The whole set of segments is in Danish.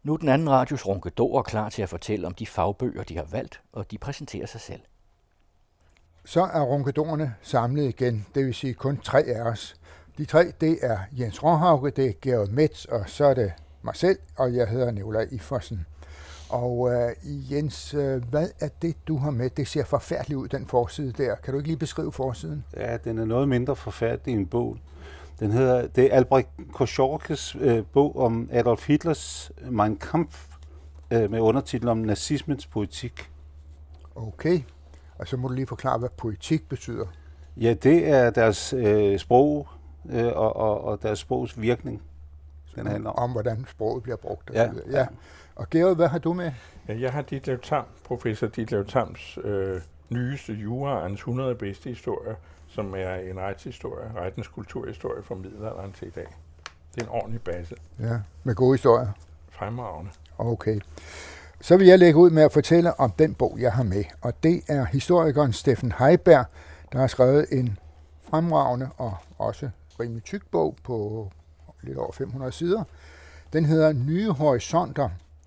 Nu er den anden radios ronkedor klar til at fortælle om de fagbøger, de har valgt, og de præsenterer sig selv. Så er ronkedorerne samlet igen, det vil sige kun 3 af os. De 3, det er Jens Råhauke, det er Georg Metz, og så er det mig selv, og jeg hedder Nicolai Iffersen. Og Jens, hvad er det, du har med? Det ser forfærdeligt ud, den forside der. Kan du ikke lige beskrive forsiden? Ja, den er noget mindre forfærdelig end bog. Det er Albrecht Korschorkes bog om Adolf Hitlers Mein Kampf med undertitel om nazismens politik. Okay, og så må du lige forklare, hvad politik betyder. Ja, det er deres sprog og deres sprogs virkning, den handler om. Om hvordan sproget bliver brugt. Og ja, ja. Og Georg, hvad har du med? Ja, jeg har Ditlev Tamm, professor Ditlev Tamms nyeste juraens 100 bedste historier, som er en retshistorie, rettens kulturhistorie fra middelalderen til i dag. Det er en ordentlig base. Ja, med gode historier. Fremragende. Okay. Så vil jeg lægge ud med at fortælle om den bog, jeg har med. Og det er historikeren Steffen Heiberg, der har skrevet en fremragende og også rimelig tyk bog på lidt over 500 sider. Den hedder Nye Horisonter,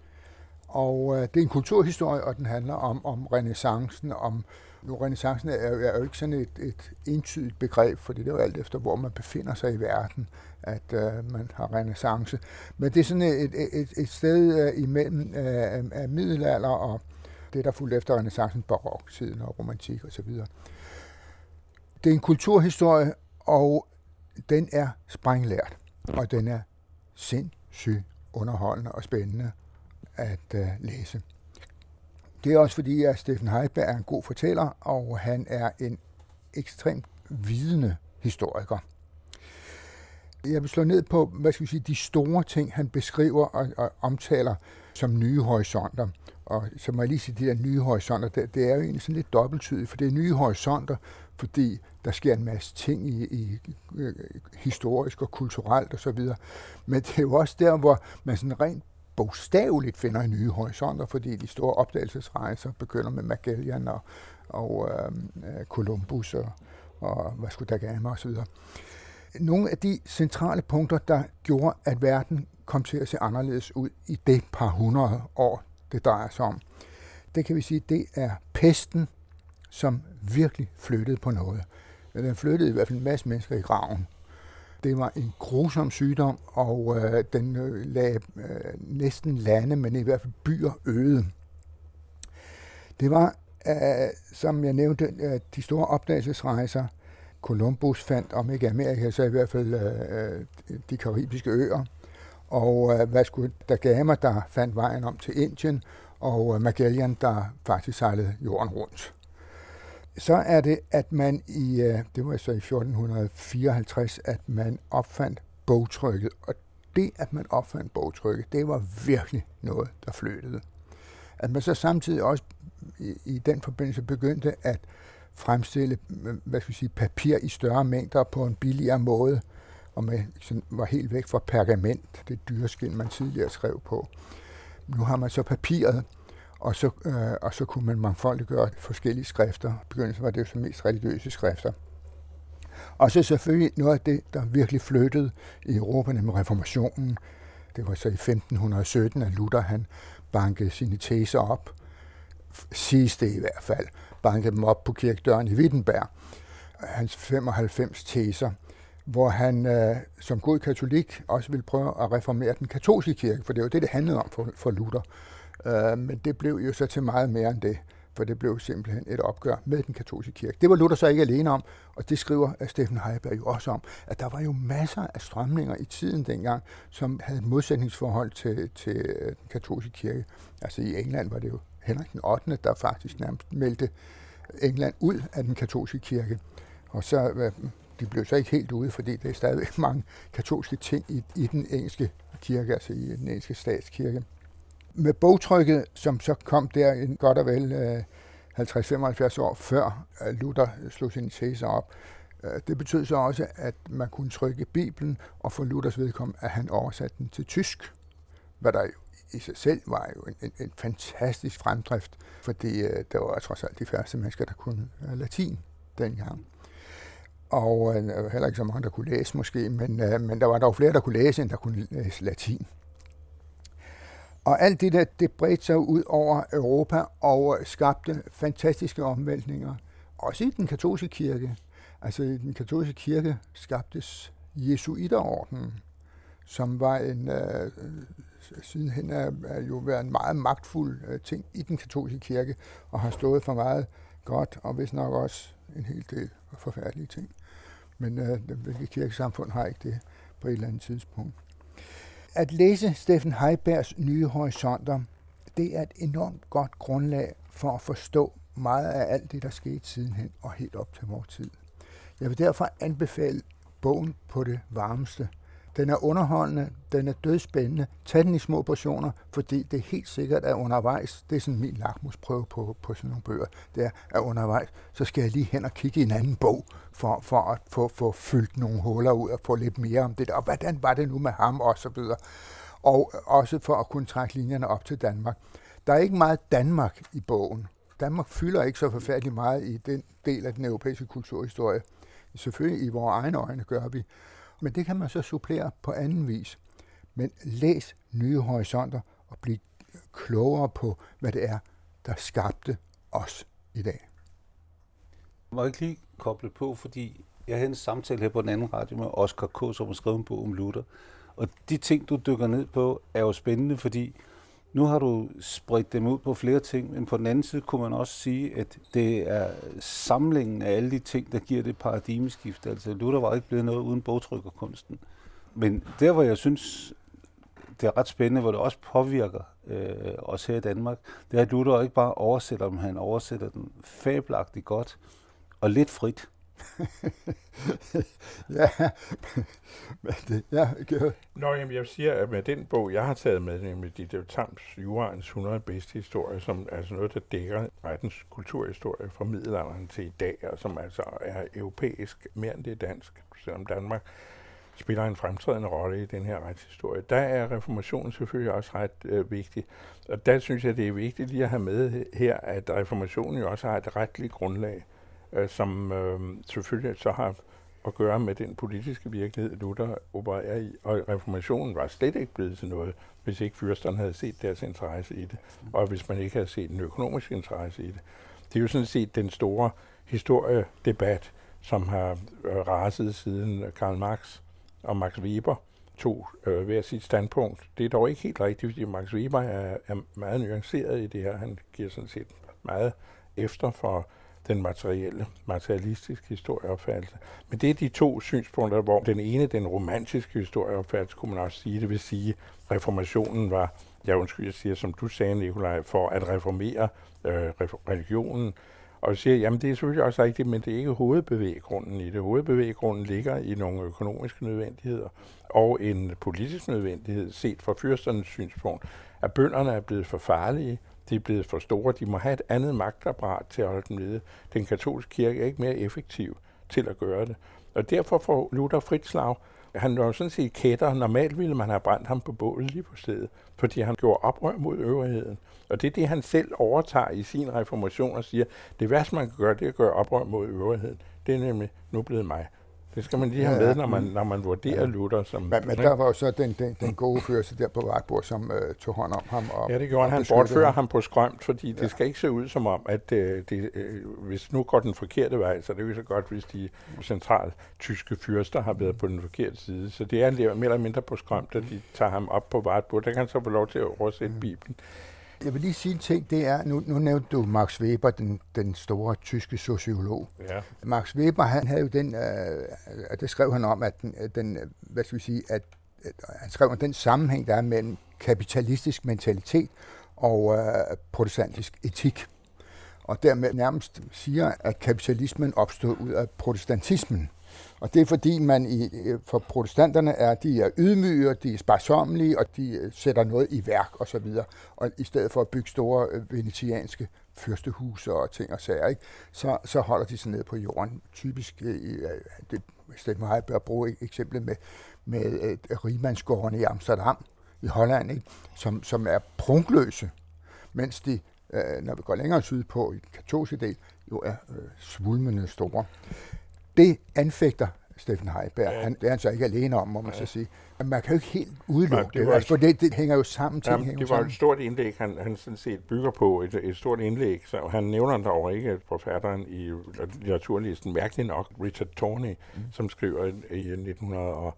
og det er en kulturhistorie, og den handler om renæssancen. Renæssancen er jo ikke sådan et entydigt begreb, for det er jo alt efter, hvor man befinder sig i verden, at man har renæssance. Men det er sådan et sted imellem af middelalder og det, der fulgte efter renæssancen, baroktiden og romantik osv. Det er en kulturhistorie, og den er sprænglært, og den er sindssygt underholdende og spændende at læse. Det er også fordi, at Steffen Heiberg er en god fortæller, og han er en ekstremt vidende historiker. Jeg vil slå ned på, de store ting, han beskriver og omtaler som nye horisonter. Og så må jeg lige sige, de der nye horisonter, det er jo egentlig sådan lidt dobbelttydigt, for det er nye horisonter, fordi der sker en masse ting i historisk og kulturelt og så videre. Men det er jo også der, hvor man sådan rent bogstaveligt finder i nye horisonter, fordi de store opdagelsesrejser begynder med Magellan og Columbus og Vasco da Gama osv. Nogle af de centrale punkter, der gjorde, at verden kom til at se anderledes ud i det par hundrede år, det drejer sig om, det kan vi sige, det er pesten, som virkelig flyttede på noget. Den flyttede i hvert fald en masse mennesker i graven. Det var en grusom sygdom, og den lagde næsten lande, men i hvert fald byer øde. Det var, som jeg nævnte, de store opdagelsesrejser. Columbus fandt, om ikke Amerika, så i hvert fald de karibiske øer. Og Vasco da Gama, der fandt vejen om til Indien, og Magellan, der faktisk sejlede jorden rundt. Så er det, at man det var så i 1454, at man opfandt bogtrykket. Og det, at man opfandt bogtrykket, det var virkelig noget, der flyttede. At man så samtidig også i den forbindelse begyndte at fremstille, papir i større mængder på en billigere måde, og man var helt væk fra pergament, det dyreskin, man tidligere skrev på. Nu har man så papiret, og så kunne man mangfoldiggøre forskellige skrifter. I begyndelsen var det jo så mest religiøse skrifter. Og så selvfølgelig noget af det, der virkelig flyttede i Europa, nemlig reformationen. Det var så i 1517, at Luther han bankede sine teser op. Siges det i hvert fald. Bankede dem op på kirkedøren i Wittenberg. Hans 95 teser, hvor han som god katolik også ville prøve at reformere den katolske kirke, for det var det handlede om for Luther. Men det blev jo så til meget mere end det, for det blev simpelthen et opgør med den katolske kirke. Det var Luther så ikke alene om, og det skriver Steffen Heiberg jo også om, at der var jo masser af strømninger i tiden dengang, som havde et modsætningsforhold til den katolske kirke. Altså i England var det jo Henrik den 8., der faktisk nærmest meldte England ud af den katolske kirke. Og så de blev så ikke helt ude, fordi der er stadigvæk mange katolske ting i den engelske kirke, altså i den engelske statskirke. Med bogtrykket, som så kom der godt og vel 50-75 år før Luther slog sine teser op, det betød så også, at man kunne trykke Bibelen, og for Luthers vedkommende, at han oversatte den til tysk, hvad der i sig selv var jo en fantastisk fremdrift, fordi der var trods alt de færreste mennesker, der kunne latin dengang. Og heller ikke så mange, der kunne læse måske, men der var dog flere, der kunne læse, end der kunne læse latin. Og alt det der, det bredte sig ud over Europa og skabte fantastiske omvæltninger. Også i den katolske kirke. Altså i den katolske kirke skabtes Jesuiterordenen, som var sidenhen er jo været en meget magtfuld ting i den katolske kirke, og har stået for meget godt, og vist nok også en hel del forfærdelige ting. Men hvilket kirkesamfund har ikke det på et eller andet tidspunkt. At læse Steffen Heibergs Nye Horisonter, det er et enormt godt grundlag for at forstå meget af alt det, der skete sidenhen og helt op til vores tid. Jeg vil derfor anbefale bogen på det varmeste. Den er underholdende, den er dødspændende. Tag den i små portioner, fordi det helt sikkert er undervejs. Det er sådan min lakmusprøve på sådan nogle bøger. Det er undervejs, så skal jeg lige hen og kigge i en anden bog, for at få fyldt nogle huller ud og få lidt mere om det der. Og hvordan var det nu med ham og så videre. Og også for at kunne trække linjerne op til Danmark. Der er ikke meget Danmark i bogen. Danmark fylder ikke så forfærdeligt meget i den del af den europæiske kulturhistorie. Selvfølgelig i vores egne øjne gør vi. Men det kan man så supplere på anden vis. Men læs Nye Horisonter og bliv klogere på, hvad det er, der skabte os i dag. Jeg må ikke lige koble på, fordi jeg havde en samtale her på den anden radio med Oscar K., som har skrevet en bog om Luther. Og de ting, du dykker ned på, er jo spændende, fordi nu har du spredt dem ud på flere ting, men på den anden side kunne man også sige, at det er samlingen af alle de ting, der giver det paradigmeskift. Altså Luther var ikke blevet noget uden bogtrykkerkunsten. Men der, hvor jeg synes, det er ret spændende, hvor det også påvirker os her i Danmark, det er, at Luther ikke bare oversætter dem, han oversætter den fabelagtigt godt og lidt frit. Ja, jeg siger, at med den bog, jeg har taget med, nemlig Ditlev Tams Juraens 100 bedste historier, som er noget, der dækker rettens kulturhistorie fra middelalderen til i dag, og som altså er europæisk mere end det er dansk, selvom Danmark spiller en fremtrædende rolle i den her retshistorie. Der er reformationen selvfølgelig også ret vigtig, og der synes jeg, det er vigtigt lige at have med her, at reformationen jo også har et retligt grundlag, som selvfølgelig så har at gøre med den politiske virkelighed, Luther opererer i. Og reformationen var slet ikke blevet til noget, hvis ikke fyrsterne havde set deres interesse i det, og hvis man ikke havde set en økonomisk interesse i det. Det er jo sådan set den store historiedebat, som har raset siden Karl Marx og Max Weber tog hver sit standpunkt. Det er dog ikke helt rigtigt, fordi Max Weber er meget nuanceret i det her. Han giver sådan set meget efter for den materialistiske historieopfattelse. Men det er de to synspunkter, hvor den ene, den romantiske historieopfattelse, kunne man også sige, det vil sige, reformationen var, jeg siger, som du sagde, Nikolaj, for at reformere religionen. Og jeg siger, jamen det er selvfølgelig også rigtigt, men det er ikke hovedbevæggrunden i det. Hovedbevæggrunden ligger i nogle økonomiske nødvendigheder og en politisk nødvendighed, set fra fyrsternes synspunkt, at bønderne er blevet for farlige, de er blevet for store, de må have et andet magtapparat til at holde dem nede. Den katolske kirke er ikke mere effektiv til at gøre det. Og derfor får Luther frit slag. Han var jo sådan set kætter. Normalt ville man have brændt ham på bålet lige på stedet, fordi han gjorde oprør mod øvrigheden. Og det er det, han selv overtager i sin reformation og siger, det værste, man kan gøre, det er at gøre oprør mod øvrigheden. Det er nemlig nu blevet mig. Det skal man lige have med, når man vurderer Luther. Som, men der var jo så den gode fyrste der på Wartburg, som tog hånd om ham. Og, ja, det gjorde han. Bortfører ham på skrømt, fordi det skal ikke se ud som om, at hvis nu går den forkerte vej, så det er jo så godt, hvis de centrale tyske fyrster har været på den forkerte side. Så det er mere eller mindre på skrømt, at de tager ham op på Wartburg. Der kan han så få lov til at oversætte Bibelen. Jeg vil lige sige en ting, det er, nu nævnte du Max Weber, den store tyske sociolog. Ja. Max Weber, han havde jo det skrev han om, at han skrev om den sammenhæng, der er mellem kapitalistisk mentalitet og protestantisk etik. Og dermed nærmest siger, at kapitalismen opstod ud af protestantismen. Og det er fordi, for protestanterne de er ydmyge, de er sparsommelige, og de sætter noget i værk osv. Og i stedet for at bygge store venetianske fyrstehuse og ting og sager, ikke, så holder de sig ned på jorden. Typisk, Steffen Heiberg bruger eksemplet med rigmandsgårdene i Amsterdam, i Holland, ikke, som er prunkløse, mens de, når vi går længere sydpå, i den katolske del, jo er svulmende store. Det anfægter Steffen Heiberg. Det er han så ikke alene om, må man så sige. Man kan jo ikke helt udelukke det. Altså, for det hænger jo sammen. Det var et stort indlæg, han sådan set bygger på. Et stort indlæg. Så han nævner dog ikke forfatteren i litteraturlisten, mærkeligt nok, Richard Tawney, som skriver i 1900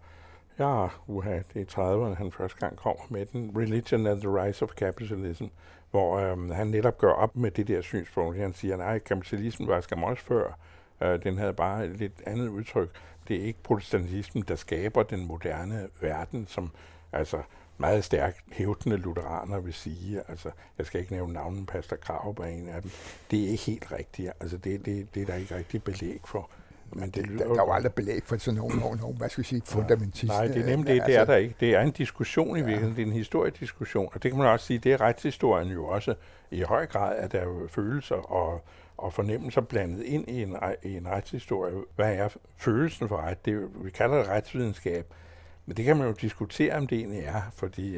det er 30'erne, han første gang kommer med den, Religion and the Rise of Capitalism, hvor han netop gør op med det der synspunkt. Han siger, nej, kapitalismen var skam også før. Den havde bare et lidt andet udtryk. Det er ikke protestantismen, der skaber den moderne verden, som altså meget stærkt hævdende lutheraner vil sige. Altså, jeg skal ikke nævne navnen, Pastor Krarup er en af dem. Det er ikke helt rigtigt. Altså, det er der ikke rigtig belæg for. Men der er jo aldrig belæg for sådan nogle hvad skal vi sige, fundamentist. Nej, det er nemlig det er der ikke. Det er en diskussion i virkeligheden. Det er en historiediskussion. Og det kan man også sige, det er retshistorien jo også i høj grad, at der er jo følelser og fornemmelser blandet ind i en retshistorie. Hvad er følelsen for ret? Vi kalder det retsvidenskab. Men det kan man jo diskutere, om det egentlig er, fordi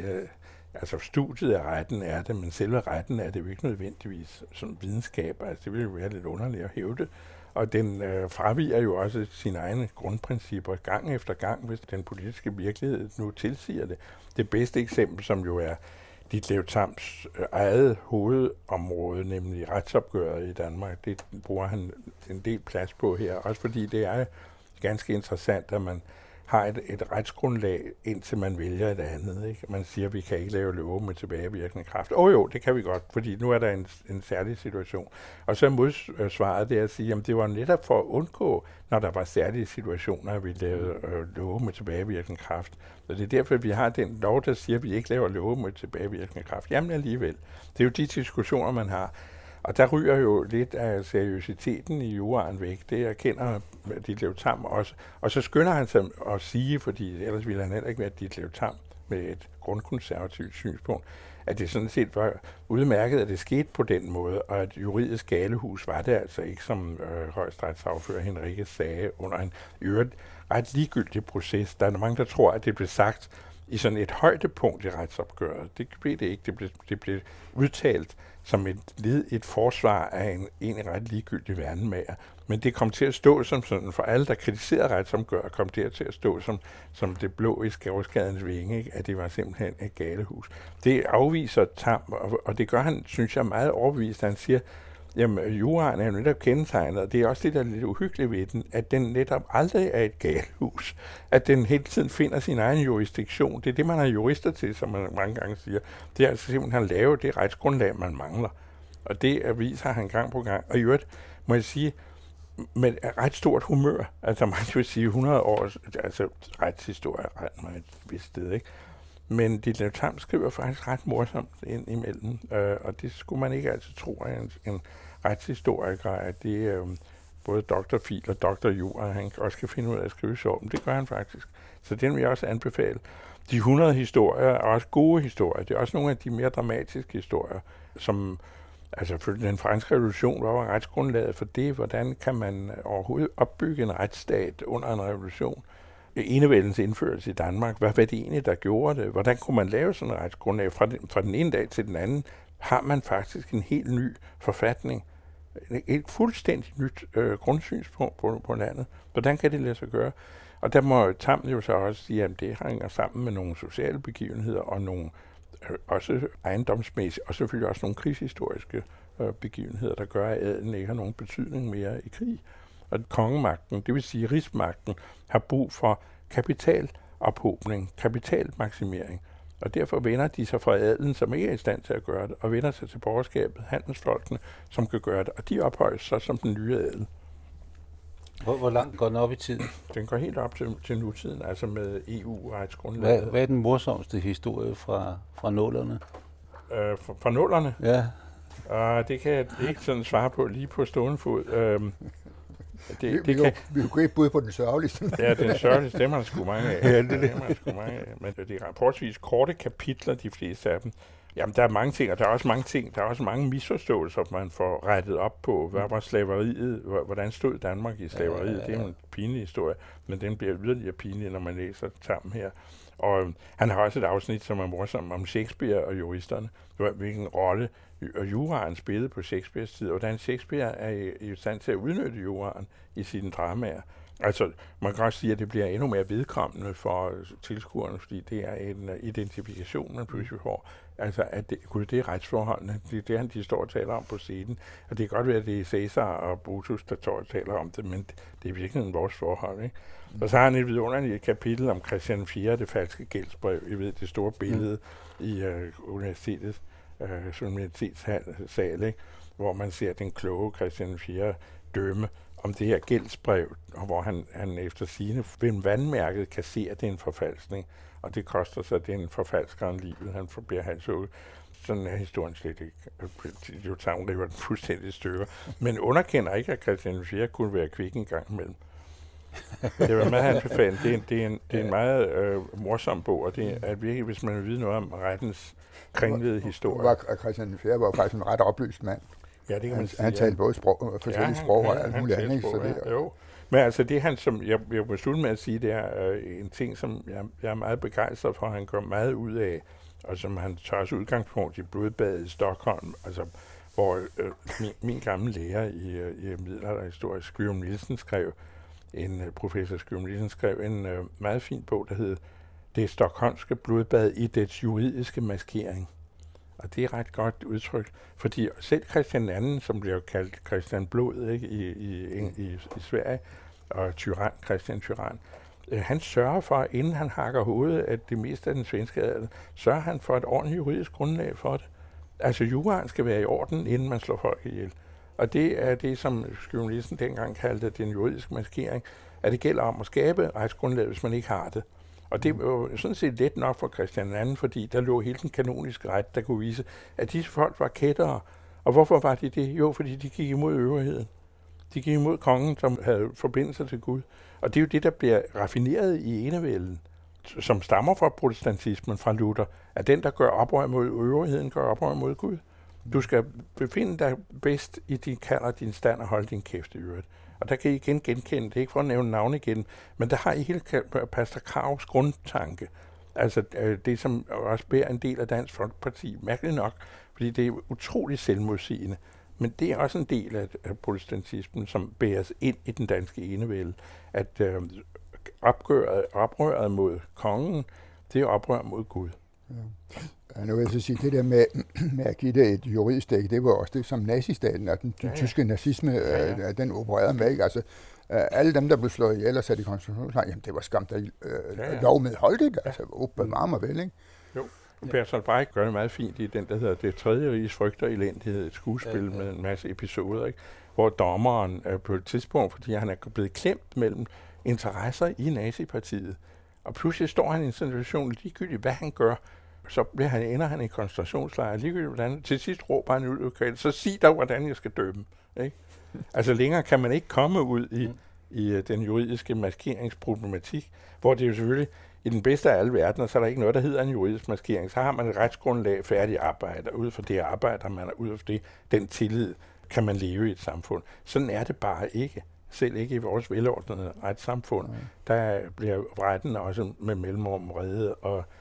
studiet af retten er det, men selve retten er det jo ikke nødvendigvis som videnskab. Altså, det vil jo være lidt underligt at hævde. Og den fraviger jo også sine egne grundprincipper gang efter gang, hvis den politiske virkelighed nu tilsiger det. Det bedste eksempel, som jo er Ditlev Tams eget hovedområde, nemlig retsopgøret i Danmark, det bruger han en del plads på her, også fordi det er ganske interessant, at man har et retsgrundlag, indtil man vælger et andet. Ikke? Man siger, at vi kan ikke lave love med tilbagevirkende kraft. Jo, det kan vi godt, fordi nu er der en særlig situation. Og så modsvaret det at sige, at det var netop for at undgå, når der var særlige situationer, at vi lavede love med tilbagevirkende kraft. Så det er derfor, at vi har den lov, der siger, at vi ikke laver love med tilbagevirkende kraft. Jamen alligevel. Det er jo de diskussioner, man har. Og der ryger jo lidt af seriøsiteten i juraen væk. Det erkender Ditlev Tam også. Og så skynder han sig at sige, fordi ellers ville han heller ikke være Ditlev Tam med et grundkonservativt synspunkt, at det sådan set var udmærket, at det skete på den måde, og at juridisk galehus var det altså ikke, som højesteretsagfører Henriques sagde, under en ret ligegyldig proces. Der er mange, der tror, at det blev sagt i sådan et højdepunkt i retsopgøret. Det blev det ikke. Det blev udtalt som et forsvar af en ret ligegyldig værnemager. Men det kom til at stå som sådan, for alle, der kritiserede retsopgøret, kom det til at stå som det blå i skavskadens vinge, ikke? At det var simpelthen et galehus. Det afviser Tam, og det gør han, synes jeg, meget overbevist. Han siger, jamen, juraen er jo netop kendetegnet, og det er også det, der er lidt uhyggeligt ved den, at den netop aldrig er et galehus. At den hele tiden finder sin egen jurisdiktion. Det er det, man har jurister til, som man mange gange siger. Det er altså simpelthen at lave det retsgrundlag, man mangler. Og det viser han gang på gang. Og i øvrigt, må jeg sige, med ret stort humør, altså man kan sige 100 års, altså retshistorie, ret meget et vist sted, ikke? Men Ditlev Tam skriver faktisk ret morsomt ind imellem, og det skulle man ikke altid tro af en retshistoriker, at det er både Dr. Fil og Dr. Jur, han også kan finde ud af at skrive sjovt, men det gør han faktisk. Så den vil jeg også anbefale. De 100 historier er også gode historier. Det er også nogle af de mere dramatiske historier, som altså den franske revolution var retsgrundlaget for det. Hvordan kan man overhovedet opbygge en retsstat under en revolution? Enevældens indførelse i Danmark, hvad var det egentlig, der gjorde det? Hvordan kunne man lave sådan en retsgrundlag? Fra den ene dag til den anden har man faktisk en helt ny forfatning. Et fuldstændig nyt grundsynspunkt på landet. Hvordan kan det lade sig gøre? Og der må Tam jo så også sige, at det hænger sammen med nogle sociale begivenheder og nogle også ejendomsmæssige, og selvfølgelig også nogle krigshistoriske begivenheder, der gør, at adelen ikke har nogen betydning mere i krig. Og kongemagten, det vil sige rigsmagten, har brug for kapitalophobning, kapitalmaksimering. Og derfor vender de sig fra adelen, som ikke er i stand til at gøre det, og vender sig til borgerskabet, handelsfolkene, som kan gøre det. Og de ophøjes så som den nye adel. Hvor langt går den op i tiden? Den går helt op til nutiden, altså med EU-retsgrundlaget. Hvad er den morsomste historie fra nullerne? Fra nullerne? Ja. Det kan jeg ikke sådan svare på lige på stående fod. Vi kan ikke både på den sørgeligste. Ja, den sørgeligste, dem har der sgu mange af. Ja, det har sgu mange af. Men det er rapportvis korte kapitler, de fleste af dem. Jamen, der er mange ting, og der er også mange ting. Der er også mange misforståelser, man får rettet op på. Hvad var slaveriet? Hvordan stod Danmark i slaveriet? Ja. Det er jo en pinlig historie, men den bliver yderligere pinlig, når man læser sammen her. Og han har også et afsnit, som er morsomt om Shakespeare og juristerne. Hvilken rolle juraen spillede på Shakespeares tid, og hvordan Shakespeare er i stand til at udnytte juraen i sine dramaer. Altså, man kan også sige, at det bliver endnu mere vedkommende for tilskuerne, fordi det er en identifikation, man pludselig får. Altså, at det er retsforholdene. Det er det, de står og taler om på scenen. Og det kan godt være, at det er Cæsar og Brutus, der står og taler om det, men det er virkelig vores forhold, ikke? Og så har han et vidunderligt kapitel om Christian 4, det falske gældsbrev. I ved, det store billede i universitetets universitetssal, ikke? Hvor man ser den kloge Christian 4 dømme om det her gældsbrev, og hvor han efter sigende ved vandmærket kan se, at det er en forfalskning, og det koster så den forfalskeren livet, han bliver halshugget. Sådan er historien slet ikke. Jo river den fuldstændig i stykker. Men underkender ikke, at Christian 4 kunne være kvik en gang imellem. Det var meget anbefalet. Det er en meget morsom bog, og det er virkelig, hvis man vil vide noget om rettens kringlede historie. Christian 4 var faktisk en ret oplyst mand. Ja, det kan man sige. Han talte både forskellige sprog og alt muligt andet. Jo. Men altså det han, som jeg vil slutte med at sige, det er en ting, som jeg er meget begejstret for, han gør meget ud af, og som han tager også udgangspunkt i blodbadet i Stockholm, altså hvor min gamle lærer i middelalderhistorie, Skyum Nielsen, professor Skyum Nielsen skrev en meget fin bog, der hed Det stockholmske blodbad i dets juridiske maskering. Og det er ret godt udtrykt, fordi selv Christian II, som bliver kaldt Christian Blod, ikke, i Sverige, og Christian Tyrann, han sørger for, inden han hakker hovedet af det meste af den svenske adel, sørger han for et ordentligt juridisk grundlag for det. Altså juraen skal være i orden, inden man slår folk ihjel. Og det er det, som Skyum Nielsen dengang kaldte den juridiske maskering, at det gælder om at skabe retsgrundlag, hvis man ikke har det. Og det var jo sådan set let nok for Christian II, fordi der lå hele den kanoniske ret, der kunne vise, at disse folk var kættere. Og hvorfor var de det? Jo, fordi de gik imod øvrigheden. De gik imod kongen, som havde forbindelser til Gud. Og det er jo det, der bliver raffineret i enevælden, som stammer fra protestantismen, fra Luther, at den, der gør oprør mod øvrigheden, gør oprør mod Gud. Du skal befinde dig bedst i din kald og din stand og holde din kæft i øvrigt. Og der kan I igen genkende, det er ikke for at nævne navn igen, men der har I hele Pastor Krags grundtanke. Altså det, som også bærer en del af Dansk Folkeparti, mærkeligt nok, fordi det er utroligt selvmodsigende. Men det er også en del af protestantismen, som bæres ind i den danske enevælde, at oprøret mod kongen, det er oprør mod Gud. Ja, nu vil jeg så sige, det der med at give det et juridisk dæk, det var også det, som nazistaten og den tyske nazisme, den opererede med, ikke? Altså, alle dem, der blev slået ihjel og sat i koncentrationslejr, jamen det var skam, der lovmedholdigt, altså bevare mig vel, ikke? Jo. Bertolt Brecht gør det meget fint i den, der hedder Det tredje riges frygt og elendighed, et skuespil med en masse episoder, ikke? Hvor dommeren på et tidspunkt, fordi han er blevet klemt mellem interesser i nazipartiet, og pludselig står han i en situation, ligegyldigt hvad han gør, så ender han i koncentrationslejr, ligegyldigt hvordan, til sidst råber han ud, så sig dig, hvordan jeg skal dømme, ikke? Altså længere kan man ikke komme ud i den juridiske maskeringsproblematik, hvor det jo selvfølgelig i den bedste af alle verdener, så er der ikke noget, der hedder en juridisk maskering. Så har man et retsgrundlag, færdig arbejde, og ud fra det arbejder man, og ud fra det, den tillid, kan man leve i et samfund. Sådan er det bare ikke. Selv ikke i vores velordnede retssamfund. Der bliver retten også med mellemrum reddet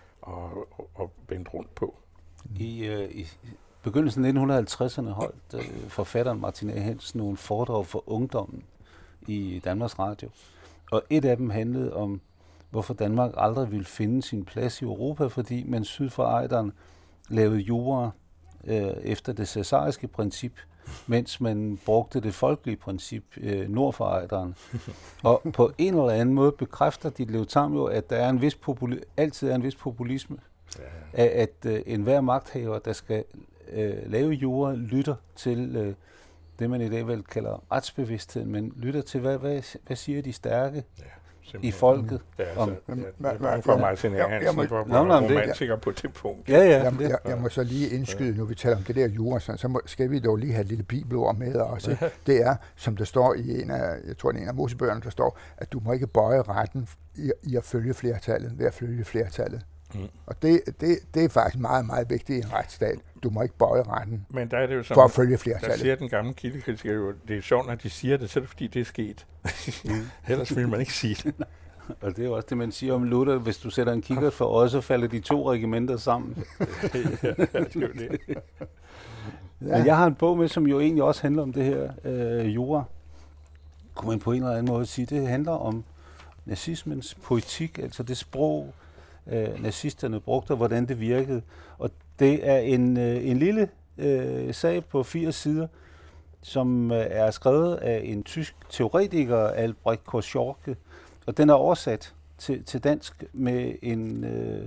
og vendt rundt på. I begyndelsen af 1950'erne holdt forfatteren Martin A. Hansen nogle foredrag for ungdommen i Danmarks Radio. Og et af dem handlede om, hvorfor Danmark aldrig ville finde sin plads i Europa, fordi man syd for Ejderen lavede jura efter det caesariske princip, mens man brugte det folkelige princip nord for Ejderen. Og på en eller anden måde bekræfter Ditlev Tamm jo, at der er en vis altid er en vis populisme. At enhver magthaver, der skal lave jura, lytter til det, man i dag vel kalder retsbevidsthed, men lytter til, hvad siger de stærke i folket om... For Martin A. Hansen var romantiker på det punkt. Jeg må så lige indskyde, nu vi taler om det der jura, så skal vi dog lige have et lille bibelord med også. Det er, som der står i en af Mosebøgerne, der står, at du må ikke bøje retten i at følge flertallet, ved at følge flertallet. Og det er faktisk meget, meget vigtigt i en retsstat. Du må ikke bøje retten. Men der er det jo sådan, for at følge flertallet. Der siger den gamle kildekritiker jo, det er sjovt, at de siger det, så er det fordi, det er sket. Ellers vil man ikke sige det. Og det er jo også det, man siger om Luther. Hvis du sætter en kikkert for øje, så falder de 2 regimenter sammen. Det er jo det. Men jeg har en bog med, som jo egentlig også handler om det her jura. kunne man på en eller anden måde sige, det handler om nazismens poetik, altså det sprog, nazisterne brugte, og hvordan det virkede. Og det er en lille sag på 80 sider, som er skrevet af en tysk teoretiker, Albrecht Korschorke, og den er oversat til dansk med en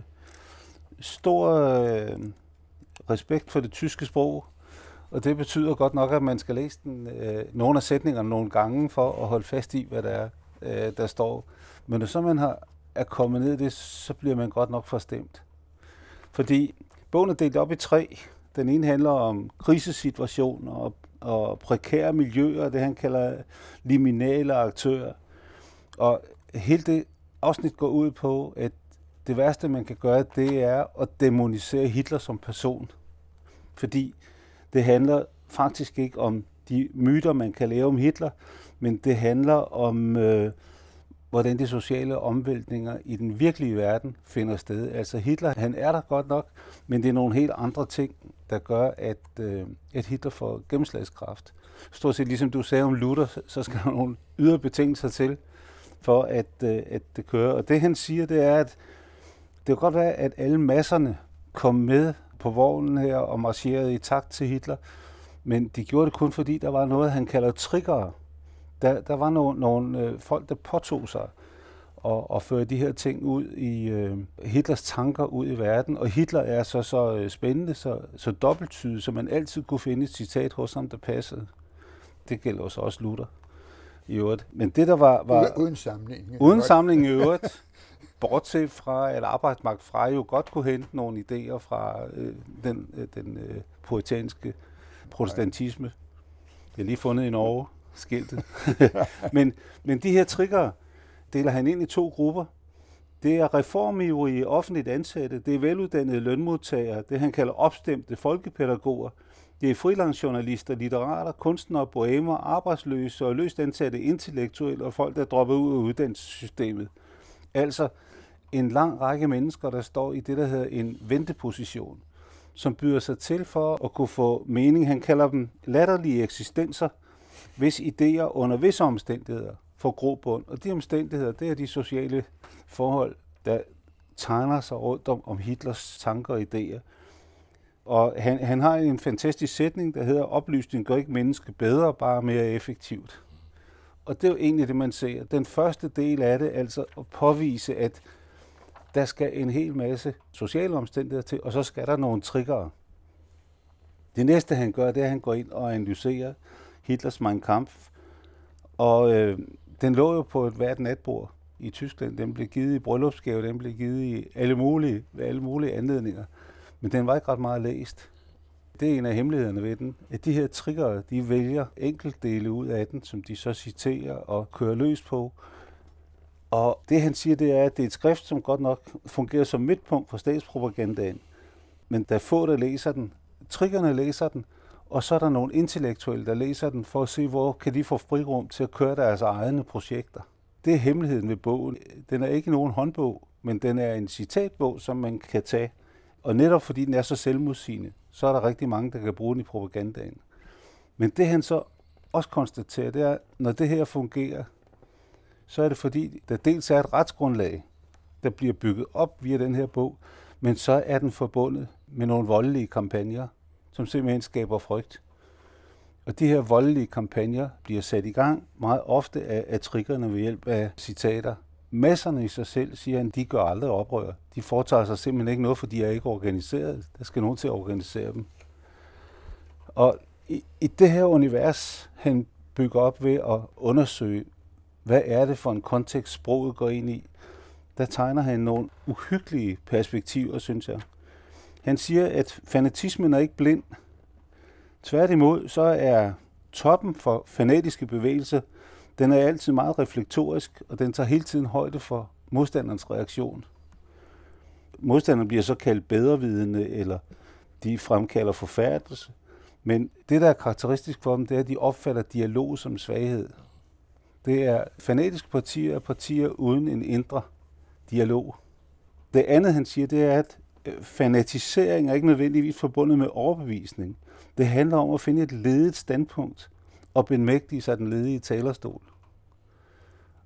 stor respekt for det tyske sprog, og det betyder godt nok, at man skal læse nogle af sætningerne nogle gange for at holde fast i, hvad der er, der står. Men når så man er kommet ned i det, så bliver man godt nok forstemt. Fordi bogen er delt op i 3. Den ene handler om krisesituationer og prekære miljøer, det han kalder liminale aktører. Og hele det afsnit går ud på, at det værste, man kan gøre, det er at dæmonisere Hitler som person. Fordi det handler faktisk ikke om de myter, man kan lave om Hitler, men det handler om, hvordan de sociale omvæltninger i den virkelige verden finder sted. Altså Hitler, han er der godt nok, men det er nogle helt andre ting, der gør, at Hitler får gennemslagskraft. Stort set ligesom du sagde om Luther, så skal der nogle ydre betingelser til, for at det kører. Og det han siger, det er, at det kan godt være, at alle masserne kom med på vognen her og marcherede i takt til Hitler, men de gjorde det kun fordi, der var noget, han kalder triggere. Der var nogle folk, der påtog sig og førte de her ting ud i Hitlers tanker ud i verden, og Hitler er så spændende, så dobbelttydig, så man altid kunne finde et citat hos ham, der passede. Det gælder også Luther i øvrigt. Men det, der var uden sammenligning. Uden sammenligning i øvrigt, bortset fra, at arbejdsmagt fra jo godt kunne hente nogle idéer fra den puritanske protestantisme. Det er lige fundet i Norge, skiltet. men de her trigger deler han ind i 2 grupper. Det er reformivrige offentligt ansatte, det er veluddannede lønmodtagere, det han kalder opstemte folkepædagoger, det er frilansjournalister, litterater, kunstnere, bohemer, arbejdsløse og løst ansatte intellektuelle og folk, der dropper ud af uddannelsessystemet. Altså en lang række mennesker, der står i det, der hedder en venteposition, som byder sig til for at kunne få mening. Han kalder dem latterlige eksistenser, hvis idéer under visse omstændigheder får grobund. Og de omstændigheder, det er de sociale forhold, der tegner sig rundt om Hitlers tanker og idéer. Og han har en fantastisk sætning, der hedder, oplysning gør ikke mennesket bedre, bare mere effektivt. Og det er jo egentlig det, man ser. Den første del af det, altså at påvise, at der skal en hel masse sociale omstændigheder til, og så skal der nogle triggere. Det næste, han gør, det er, at han går ind og analyserer Hitlers Mein Kampf. Og den lå jo på hvert natbord i Tyskland. Den blev givet i bryllupsgave, den blev givet i alle mulige anledninger. Men den var ikke ret meget læst. Det er en af hemmelighederne ved den, at de her triggere, de vælger enkeltdele ud af den, som de så citerer og kører løs på. Og det han siger, det er, at det er et skrift, som godt nok fungerer som midtpunkt for statspropagandaen. Men der er få, der læser den. Triggerne læser den, og så er der nogle intellektuelle, der læser den for at se, hvor kan de få frirum til at køre deres egne projekter. Det er hemmeligheden ved bogen. Den er ikke nogen håndbog, men den er en citatbog, som man kan tage. Og netop fordi den er så selvmodsigende, så er der rigtig mange, der kan bruge den i propagandaen. Men det han så også konstaterer, det er, når det her fungerer, så er det fordi, der dels er et retsgrundlag, der bliver bygget op via den her bog, men så er den forbundet med nogle voldelige kampagner, som simpelthen skaber frygt. Og de her voldelige kampagner bliver sat i gang meget ofte af triggerne ved hjælp af citater. Masserne i sig selv, siger han, de gør aldrig oprør. De foretager sig simpelthen ikke noget, for de er ikke organiseret. Der skal nogen til at organisere dem. Og i det her univers, han bygger op ved at undersøge, hvad er det for en kontekst, sproget går ind i, der tegner han nogle uhyggelige perspektiver, synes jeg. Han siger, at fanatismen er ikke blind. Tværtimod, så er toppen for fanatiske bevægelser, den er altid meget reflektorisk, og den tager hele tiden højde for modstanderens reaktion. Modstanderen bliver så kaldt bedrevidende, eller de fremkalder forfærdelse. Men det, der er karakteristisk for dem, det er, at de opfatter dialog som svaghed. Det er fanatiske partier uden en indre dialog. Det andet, han siger, det er, at fanatisering er ikke nødvendigvis forbundet med overbevisning. Det handler om at finde et ledigt standpunkt og benmægtige sig den ledige talerstol.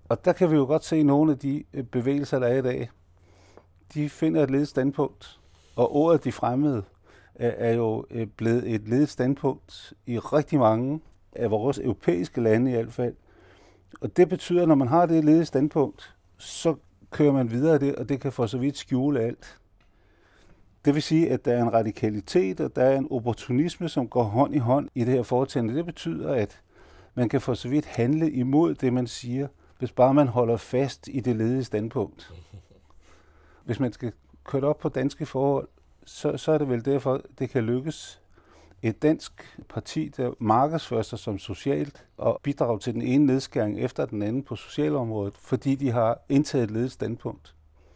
Og der kan vi jo godt se nogle af de bevægelser, der er i dag. De finder et ledet standpunkt, og ordet de fremmede er jo blevet et ledet standpunkt i rigtig mange af vores europæiske lande i hvert fald. Og det betyder, at når man har det ledet standpunkt, så kører man videre af det, og det kan for så vidt skjule alt. Det vil sige, at der er en radikalitet, og der er en opportunisme, som går hånd i hånd i det her foretagende. Det betyder, at man kan for så vidt handle imod det, man siger, hvis bare man holder fast i det ledede standpunkt. Hvis man skal køre det op på danske forhold, så er det vel derfor, det kan lykkes et dansk parti, der markedsfører sig som socialt og bidrager til den ene nedskæring efter den anden på socialområdet, fordi de har indtaget et ledet standpunkt.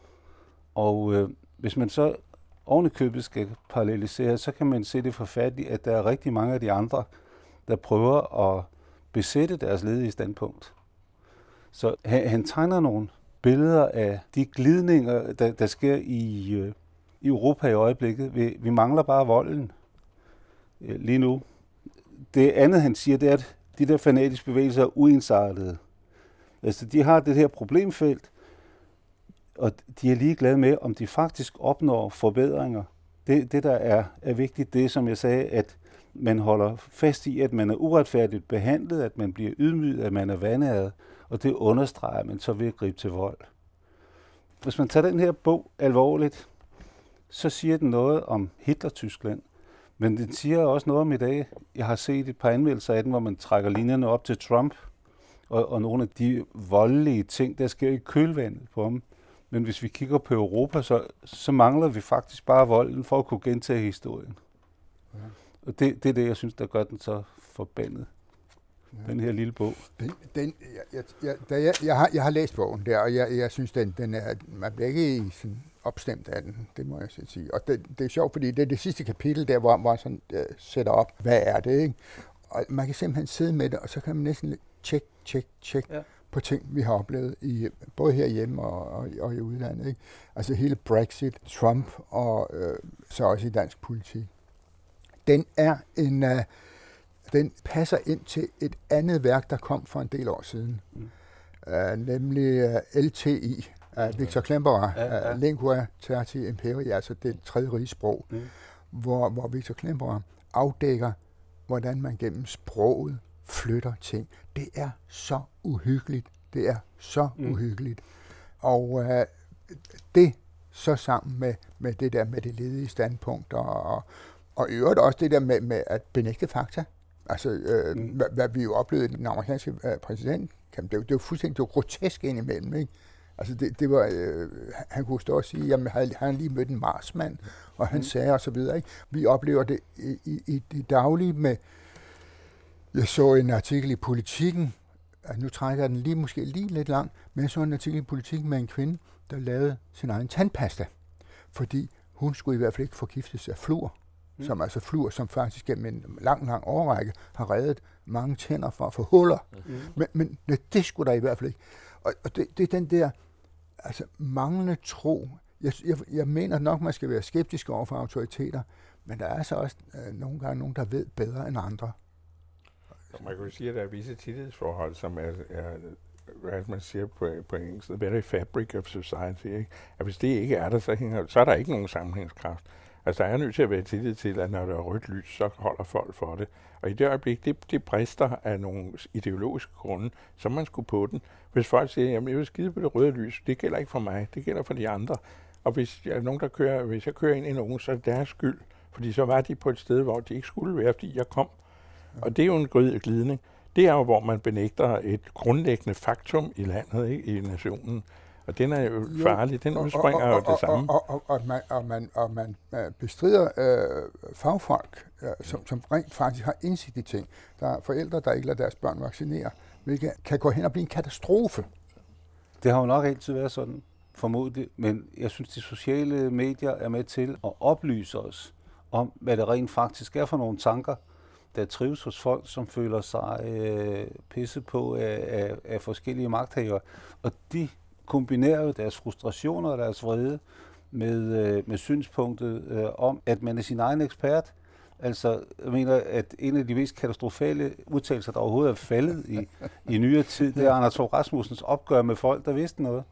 Og hvis man så ovenikøbet skal parallelisere, så kan man se det forfærdeligt, at der er rigtig mange af de andre, der prøver at besætte deres ledige standpunkt. Så han tegner nogle billeder af de glidninger, der sker i Europa i øjeblikket. Vi mangler bare volden lige nu. Det andet, han siger, det er, at de der fanatiske bevægelser er uensartede. Altså, de har det her problemfelt, og de er ligeglade med, om de faktisk opnår forbedringer. Det der er vigtigt, det som jeg sagde, at man holder fast i, at man er uretfærdigt behandlet, at man bliver ydmyget, at man er vanæret, og det understreger man så ved at gribe til vold. Hvis man tager den her bog alvorligt, så siger den noget om Hitler-Tyskland, men den siger også noget om i dag. Jeg har set et par anmeldelser af den, hvor man trækker linjerne op til Trump, og nogle af de voldelige ting, der sker i kølvandet på ham. Men hvis vi kigger på Europa, så mangler vi faktisk bare volden for at kunne gentage historien. Ja. Og det er det, jeg synes, der gør den så forbandet. Ja. Den her lille bog. Jeg har læst bogen der, og jeg synes, den er, man bliver ikke sådan opstemt af den, det må jeg sige. Og det er sjovt, fordi det er det sidste kapitel der, hvor sådan sætter op, hvad er det, ikke? Og man kan simpelthen sidde med det, og så kan man næsten tjek på ting, vi har oplevet, både herhjemme og i udlandet, ikke? Altså hele Brexit, Trump og så også i dansk politik. Den passer ind til et andet værk, der kom for en del år siden, nemlig LTI af Victor Klemperer, Lingua Tertii Imperii, altså det tredje rigsprog, hvor Victor Klemperer afdækker, hvordan man gennem sproget flytter ting. Det er så uhyggeligt. Det er så uhyggeligt. Og det så sammen med det der med det ledige standpunkt, og i øvrigt også det der med at benægte fakta. Altså, hvad vi jo oplevede i den amerikanske præsident, det var fuldstændig grotesk indimellem, ikke? Altså, det var, han kunne stå og sige, jamen, han lige mødt en marsmand, og han sagde og så videre, ikke? Vi oplever det i det daglige med, jeg så en artikel i Politikken, nu trækker den måske lige lidt langt, men jeg så en artikel i Politikken med en kvinde, der lavede sin egen tandpasta, fordi hun skulle i hvert fald ikke forgiftes af fluor. Som altså fluor, som faktisk gennem en lang årrække har reddet mange tænder fra at få huller. Men det skulle der i hvert fald ikke. Og det er den der altså manglende tro. Jeg mener nok, man skal være skeptisk over for autoriteter, men der er altså også nogle gange nogen, der ved bedre end andre. Man kan jo sige, at der er visse tillidsforhold, som er hvad man siger på engelsk, the very fabric of society. Ikke? At hvis det ikke er der, så er der ikke nogen sammenhængskraft. Altså, der er nødt til at være tillid til, at når der er rødt lys, så holder folk for det. Og i det øjeblik, det brister af nogle ideologiske grunde, så man skulle på den. Hvis folk siger, jamen jeg vil skide på det røde lys, det gælder ikke for mig, det gælder for de andre. Og hvis jeg kører ind i nogen, så er det deres skyld. Fordi så var de på et sted, hvor de ikke skulle være, fordi jeg kom. Og det er jo en glidning. Det er jo, hvor man benægter et grundlæggende faktum i landet, ikke? I nationen. Og den er jo farlig, den udspringer jo det samme. Og man bestrider fagfolk, som rent faktisk har indsigt i ting. Der er forældre, der ikke lader deres børn vaccinere, hvilket kan gå hen og blive en katastrofe. Det har jo nok altid været sådan, formodentlig, men jeg synes, de sociale medier er med til at oplyse os om, hvad det rent faktisk er for nogle tanker, der trives hos folk, som føler sig pisset på af forskellige magthavere. Og de kombinerer jo deres frustrationer og deres vrede med synspunktet om, at man er sin egen ekspert, Altså, jeg mener, at en af de mest katastrofale udtalelser, der overhovedet er faldet i nyere tid, det er Anders Fogh Rasmussens opgør med folk, der vidste noget.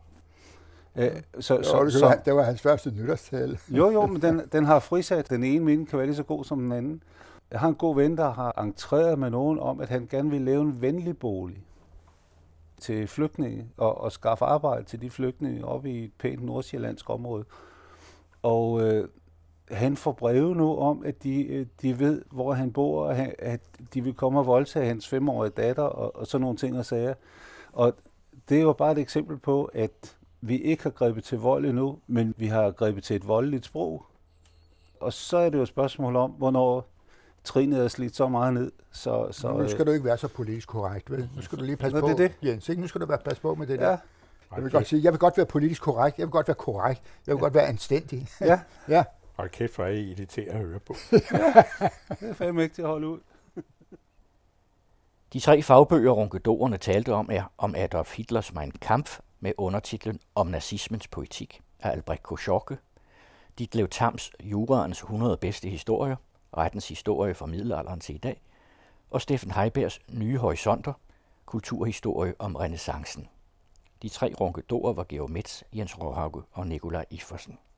Det var hans første nytårstale. Jo, men den har frisat. Den ene mening kan være lige så god som den anden. Jeg har en god ven, der har entreret med nogen om, at han gerne vil lave en venlig bolig til flygtninge og skaffe arbejde til de flygtninge oppe i et pænt nordsjællandsk område. Og han får breve nu om, at de ved, hvor han bor, og at de vil komme og voldtage hans 5-årige datter og sådan nogle ting og sager. Og det er jo bare et eksempel på, at vi ikke har grebet til vold endnu, men vi har grebet til et voldeligt sprog. Og så er det jo et spørgsmål om, hvornår trinet er slidt så meget ned. Så nu skal du ikke være så politisk korrekt, vel? Nu skal du lige passe på, Jens. Ikke? Nu skal du passe på med det der. Jeg vil godt sige, jeg vil godt være politisk korrekt. Jeg vil godt være korrekt. Jeg vil godt være anstændig. Ja. Og kæft, hvor er I irriterende at høre på. Det er fandme ikke til at holde ud. De 3 fagbøger, ronkedorerne talte om, er om Adolf Hitlers Mein Kampf med undertitlen Om nazismens politik af Albrecht Kosjorke, Ditlev Tams Juraens 100 bedste historier, rettens historie fra middelalderen til i dag, og Steffen Heibergs Nye horisonter, kulturhistorie om renæssancen. De 3 ronkedorer var Georg Metz, Jens Råhauke og Nikolaj Iffersen.